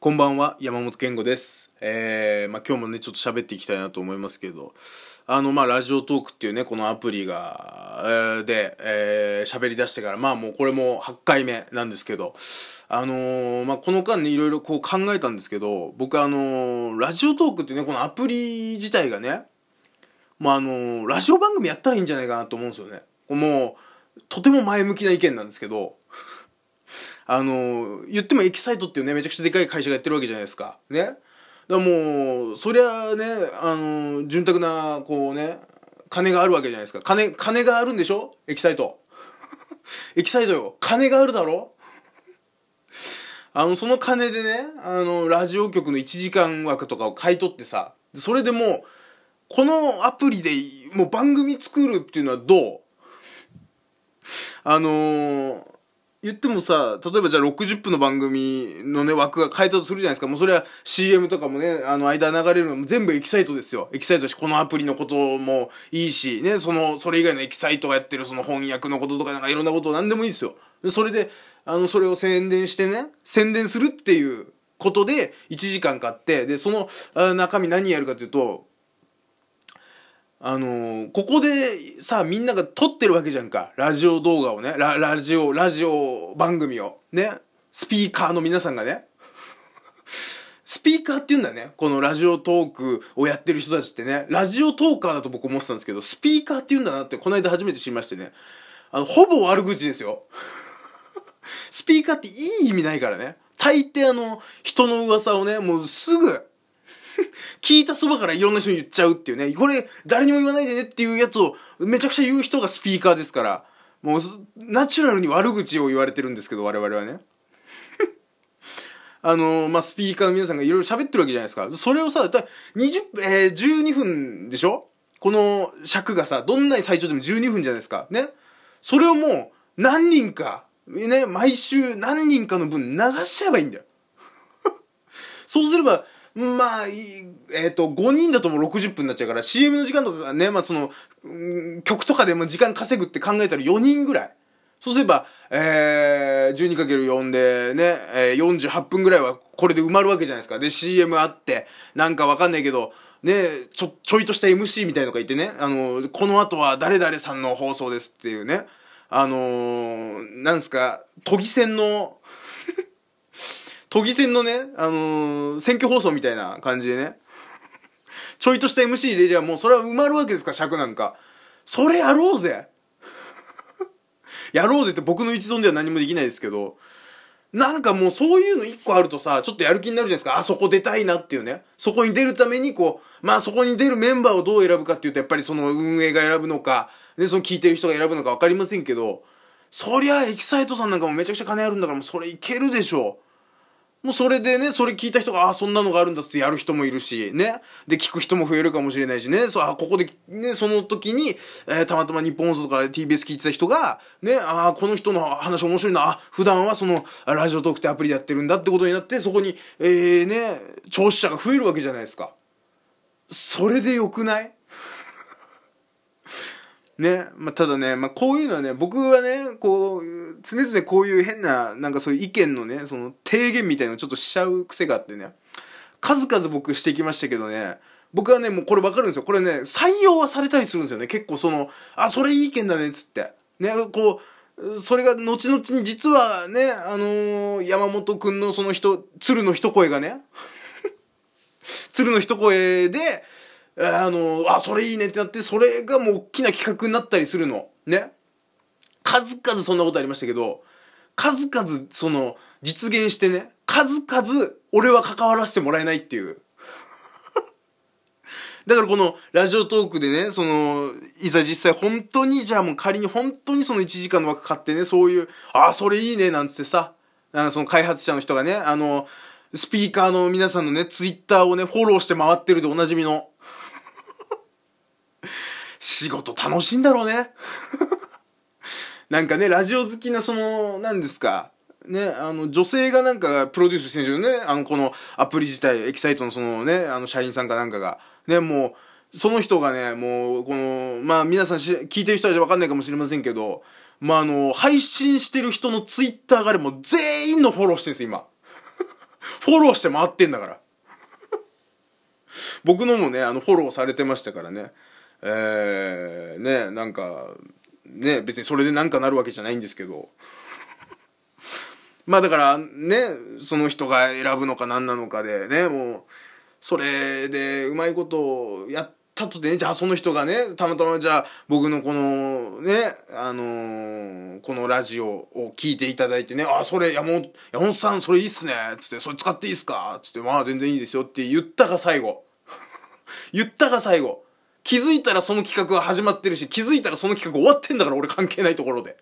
こんばんは、山本健吾です。今日もね、ちょっと喋っていきたいなと思いますけど、ラジオトークっていうね、このアプリが、喋り出してから、もうこれも8回目なんですけど、この間ね、いろいろこう考えたんですけど、僕ラジオトークっていうね、このアプリ自体がね、ラジオ番組やったらいいんじゃないかなと思うんですよね。もう、とても前向きな意見なんですけど、言ってもエキサイトっていうね、めちゃくちゃでかい会社がやってるわけじゃないですか。ね。だからもう、そりゃね、潤沢な、こうね、金があるわけじゃないですか。金があるんでしょエキサイト。エキサイトよ。金があるだろその金でね、ラジオ局の1時間枠とかを買い取ってさ、それでもう、このアプリでもう番組作るっていうのはどう言ってもさ、例えばじゃあ60分の番組のね、枠が変えたとするじゃないですか。もうそれは CM とかもね、間流れるのも全部エキサイトですよ。エキサイトだし、このアプリのこともいいし、ね、それ以外のエキサイトがやってるその翻訳のこととかなんかいろんなことなんでもいいですよ。でそれで、それを宣伝してね、宣伝するっていうことで1時間買って、で、その中身何やるかというと、ここでさ、みんなが撮ってるわけじゃんか。ラジオ動画をね。ラジオ番組を。ね。スピーカーの皆さんがね。スピーカーって言うんだね。このラジオトークをやってる人たちってね。ラジオトーカーだと僕思ってたんですけど、スピーカーって言うんだなってこの間初めて知りましてね。ほぼ悪口ですよ。スピーカーっていい意味ないからね。大抵人の噂をね、もうすぐ、聞いたそばからいろんな人に言っちゃうっていうね。これ誰にも言わないでねっていうやつをめちゃくちゃ言う人がスピーカーですから、もうナチュラルに悪口を言われてるんですけど、我々はね。スピーカーの皆さんがいろいろ喋ってるわけじゃないですか。それをさ、12分でしょこの尺がさ、どんなに最長でも12分じゃないですか。ね。それをもう何人か、ね、毎週何人かの分流しちゃえばいいんだよ。そうすれば、5人だともう60分になっちゃうから、CM の時間とかがね、曲とかでも時間稼ぐって考えたら4人ぐらい。そうすれば、12×4 でね、48分ぐらいはこれで埋まるわけじゃないですか。で、CM あって、なんかわかんないけど、ね、ちょいとした MC みたいのがいてね、この後は誰々さんの放送ですっていうね、なんすか、都議選のね、選挙放送みたいな感じでね、ちょいとした MC 入れりゃもうそれは埋まるわけですか、尺なんか。それやろうぜやろうぜって僕の一存では何もできないですけど、なんかもうそういうの一個あるとさ、ちょっとやる気になるじゃないですか。あそこ出たいなっていうね。そこに出るためにそこに出るメンバーをどう選ぶかっていうと、やっぱりその運営が選ぶのか、ね、その聞いてる人が選ぶのか分かりませんけど、そりゃエキサイトさんなんかもめちゃくちゃ金あるんだから、もうそれいけるでしょ。もうそれでね、それ聞いた人が、そんなのがあるんだってやる人もいるし、ね。で、聞く人も増えるかもしれないしね。ここで、ね、その時に、たまたま日本放送とか TBS 聞いてた人が、ね、この人の話面白いな。普段はラジオトークってアプリでやってるんだってことになって、そこに、聴取者が増えるわけじゃないですか。それでよくないね、ただね、こういうのはね、僕はね、常々こういう変な、なんかそういう意見のね、その提言みたいなのをちょっとしちゃう癖があってね、数々僕してきましたけどね、僕はね、もうこれ分かるんですよ。これね、採用はされたりするんですよね。結構それいい意見だね、っつって。ね、それが後々に実はね、山本くんの鶴の一声がね、鶴の一声で、それいいねってなって、それがもう大きな企画になったりするの。ね。数々そんなことありましたけど、数々実現してね、数々俺は関わらせてもらえないっていう。だからこのラジオトークでね、いざ実際本当に、じゃあもう仮に本当に1時間の枠買ってね、そういう、それいいねなんつってさ、その開発者の人がね、スピーカーの皆さんのね、ツイッターをね、フォローして回ってるでおなじみの。仕事楽しいんだろうね。なんかね、ラジオ好きな何ですか。ね、女性がなんかプロデュースしてるんですよね。このアプリ自体、エキサイトの社員さんかなんかが。ね、もう、その人がね、もう、皆さん聞いてる人はわかんないかもしれませんけど、配信してる人のツイッターがもう全員のフォローしてるんです、今。 フォローして回ってんだから。僕のもね、フォローされてましたからね。ね、なんか、ね、別にそれでなんかなるわけじゃないんですけど。まあだからね、その人が選ぶのか何なのかでね、もう、それでうまいことやったとでね、じゃあその人がね、たまたまじゃあ僕のこのね、このラジオを聞いていただいてね、あ、それ山本さんそれいいっすね、つって、それ使っていいっすかつって、まあ全然いいですよって言ったが最後。言ったが最後。気づいたらその企画は始まってるし、気づいたらその企画終わってんだから、俺関係ないところで。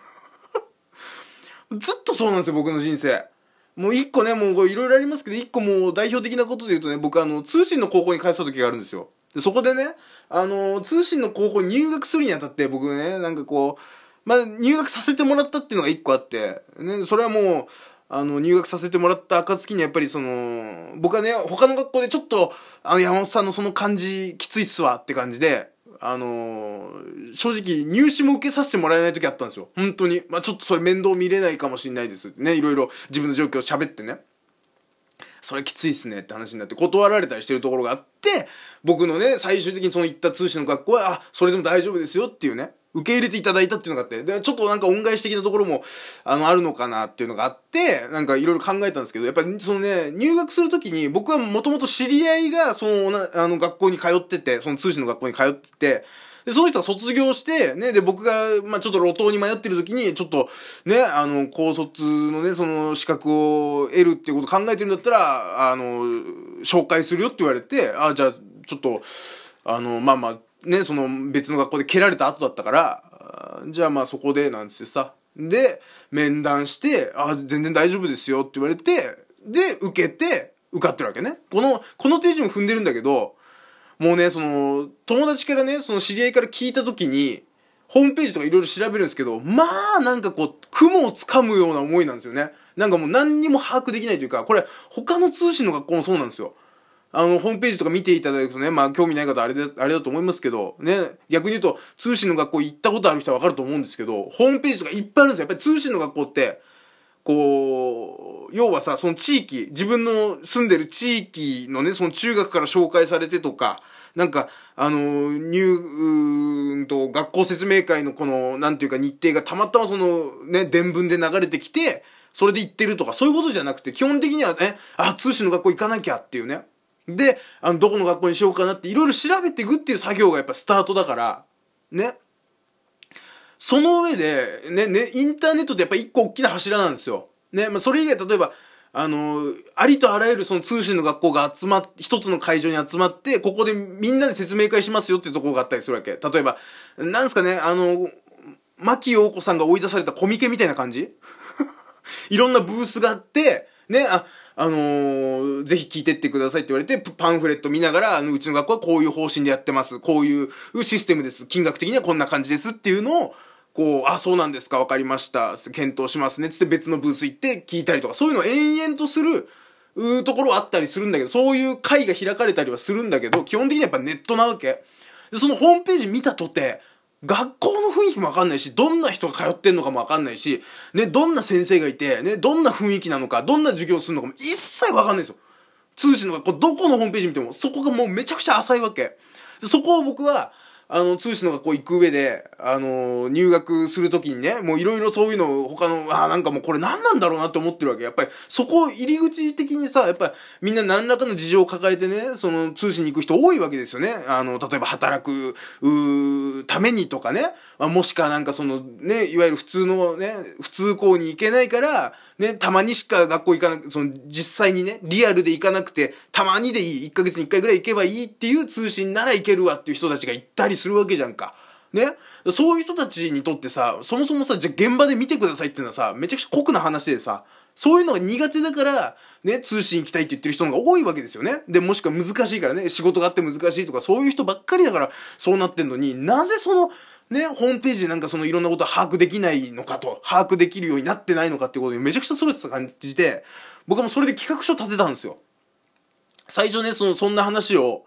ずっとそうなんですよ、僕の人生。もう一個ね、もういろいろありますけど、一個もう代表的なことで言うとね、僕通信の高校に通ってた時があるんですよ。で、そこでね、通信の高校に入学するにあたって、僕ね、なんかこう、まあ、入学させてもらったっていうのが一個あって、ね、それはもう、入学させてもらった暁にやっぱり僕はね、他の学校でちょっと、山本さんのその感じ、きついっすわって感じで、正直入試も受けさせてもらえない時あったんですよ。本当に。まあちょっとそれ面倒見れないかもしれないですね。いろいろ自分の状況を喋ってね。それきついっすねって話になって断られたりしてるところがあって、僕のね、最終的にその行った通信の学校は、あ、それでも大丈夫ですよっていうね、受け入れていただいたっていうのがあって、で、ちょっとなんか恩返し的なところも、あるのかなっていうのがあって、なんかいろいろ考えたんですけど、やっぱりそのね、入学するときに、僕はもともと知り合いが、学校に通ってて、その通信の学校に通ってて、で、その人が卒業して、ね、で、僕が、まあちょっと路頭に迷ってる時に、ちょっと、ね、高卒のね、その資格を得るっていうことを考えてるんだったら、紹介するよって言われて、あ、じゃあ、ちょっと、まあまあ、ね、その別の学校で蹴られた後だったから、じゃあまあそこで、なんつってさ、で、面談して、あ、全然大丈夫ですよって言われて、で、受けて、受かってるわけね。この手順踏んでるんだけど、もうね、友達からね、知り合いから聞いたときに、ホームページとかいろいろ調べるんですけど、まあ、なんかこう、雲をつかむような思いなんですよね。なんかもう何にも把握できないというか、これ、他の通信の学校もそうなんですよ。ホームページとか見ていただくとね、まあ、興味ない方あれだと思いますけど、ね、逆に言うと、通信の学校行ったことある人はわかると思うんですけど、ホームページとかいっぱいあるんですよ。やっぱり通信の学校って、こう、要はさ、その地域、自分の住んでる地域のね、その中学から紹介されてとか、なんか、学校説明会のこの、なんていうか日程がたまたま伝聞で流れてきて、それで行ってるとか、そういうことじゃなくて、基本的にはね、通信の学校行かなきゃっていうね。で、どこの学校にしようかなっていろいろ調べていくっていう作業がやっぱスタートだから、ね。その上で、ね、インターネットってやっぱ一個大きな柱なんですよ。ね、まあ、それ以外例えば、ありとあらゆるその通信の学校が一つの会場に集まって、ここでみんなで説明会しますよっていうところがあったりするわけ。例えば、なんすかね、牧陽子さんが追い出されたコミケみたいな感じいろんなブースがあって、ね、ぜひ聞いてってくださいって言われて、パンフレット見ながら、うちの学校はこういう方針でやってます。こういうシステムです。金額的にはこんな感じですっていうのを、こう、あ、そうなんですか、わかりました。検討しますね。つって別のブース行って聞いたりとか、そういうのを延々とする、ところはあったりするんだけど、そういう会が開かれたりはするんだけど、基本的にはやっぱネットなわけ。で、そのホームページ見たとて、学校の雰囲気もわかんないし、どんな人が通ってんのかもわかんないし、ね、どんな先生がいて、ね、どんな雰囲気なのか、どんな授業するのかも一切わかんないですよ。通信の学校、どこのホームページ見ても、そこがもうめちゃくちゃ浅いわけ。でそこを僕は、通信の学校行く上で、入学するときにね、もういろいろそういうのを他の、なんかもうこれ何なんだろうなって思ってるわけ。やっぱり、そこ入り口的にさ、やっぱりみんな何らかの事情を抱えてね、その通信に行く人多いわけですよね。例えば働く、ためにとかね、もしかなんかね、いわゆる普通のね、普通校に行けないから、ね、たまにしか学校行かなく、実際にね、リアルで行かなくて、たまにでいい、1ヶ月に1回ぐらい行けばいいっていう通信なら行けるわっていう人たちが行ったりするわけじゃんか。ね。そういう人たちにとってさ、そもそもさ、じゃあ現場で見てくださいっていうのはさ、めちゃくちゃ酷な話でさ、そういうのが苦手だから、ね、通信行きたいって言ってる人の方が多いわけですよね。で、もしくは難しいからね、仕事があって難しいとか、そういう人ばっかりだから、そうなってんのに、なぜね、ホームページでなんかいろんなことを把握できないのかと、把握できるようになってないのかっていうことにめちゃくちゃストレス感じて、僕はもうそれで企画書立てたんですよ。最初ね、そんな話を、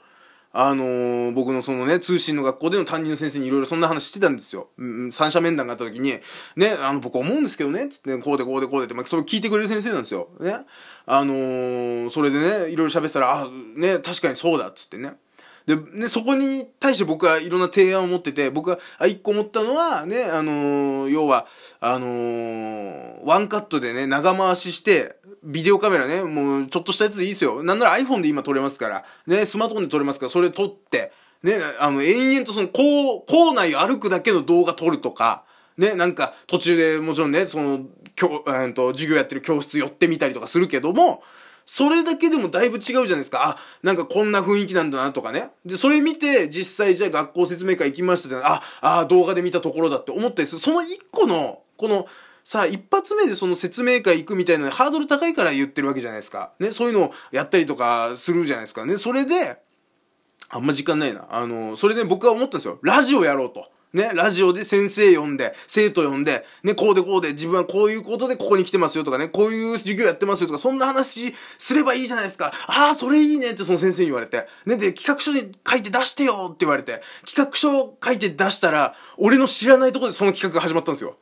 僕のそのね、通信の学校での担任の先生にいろいろそんな話してたんですよ。三者面談があった時に、ね、僕思うんですけどね、つって、こうでこうでこうでって、それを聞いてくれる先生なんですよ。ね。それでね、いろいろ喋ってたら、ね、確かにそうだ、っつってね。で、ね、そこに対して僕はいろんな提案を持ってて、僕が、一個思ったのは、ね、要は、ワンカットでね、長回しして、ビデオカメラね、もう、ちょっとしたやつでいいですよ。なんなら iPhone で今撮れますから、ね、スマートフォンで撮れますから、それ撮って、ね、延々とその、校内を歩くだけの動画撮るとか、ね、なんか、途中でもちろんね、その、授業やってる教室寄ってみたりとかするけども、それだけでもだいぶ違うじゃないですか。なんかこんな雰囲気なんだなとかね。で、それ見て、実際じゃあ学校説明会行きましたって動画で見たところだって思ったりする。その一個の、この、さあ、一発目でその説明会行くみたいなハードル高いから言ってるわけじゃないですか。ね、そういうのをやったりとかするじゃないですかね。それで、あんま時間ないな。それで僕は思ったんですよ。ラジオやろうと。ね、ラジオで先生呼んで、生徒呼んで、ね、こうでこうで、自分はこういうことでここに来てますよとかね、こういう授業やってますよとか、そんな話すればいいじゃないですか。それいいねってその先生に言われて。ね、で、企画書に書いて出してよって言われて、企画書を書いて出したら、俺の知らないところでその企画が始まったんですよ。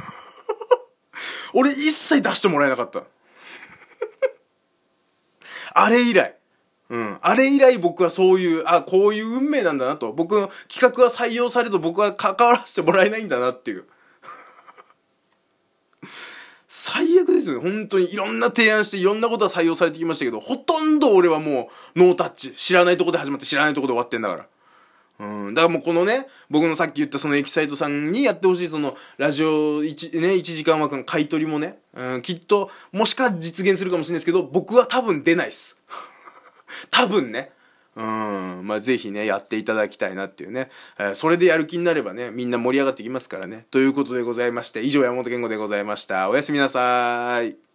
俺一切出してもらえなかった。あれ以来。あれ以来僕はそういう、こういう運命なんだなと。僕の企画は採用されると僕は関わらせてもらえないんだなっていう。最悪ですよね。本当にいろんな提案していろんなことは採用されてきましたけど、ほとんど俺はもうノータッチ。知らないとこで始まって知らないとこで終わってんだから。だからもうこのね、僕のさっき言ったそのエキサイトさんにやってほしいそのラジオ1時間枠の買い取りもね、きっともしか実現するかもしれないですけど、僕は多分出ないっす。多分ね。ぜひね、やっていただきたいなっていうね。それでやる気になればね、みんな盛り上がっていきますからね。ということでございまして、以上山本健吾でございました。おやすみなさーい。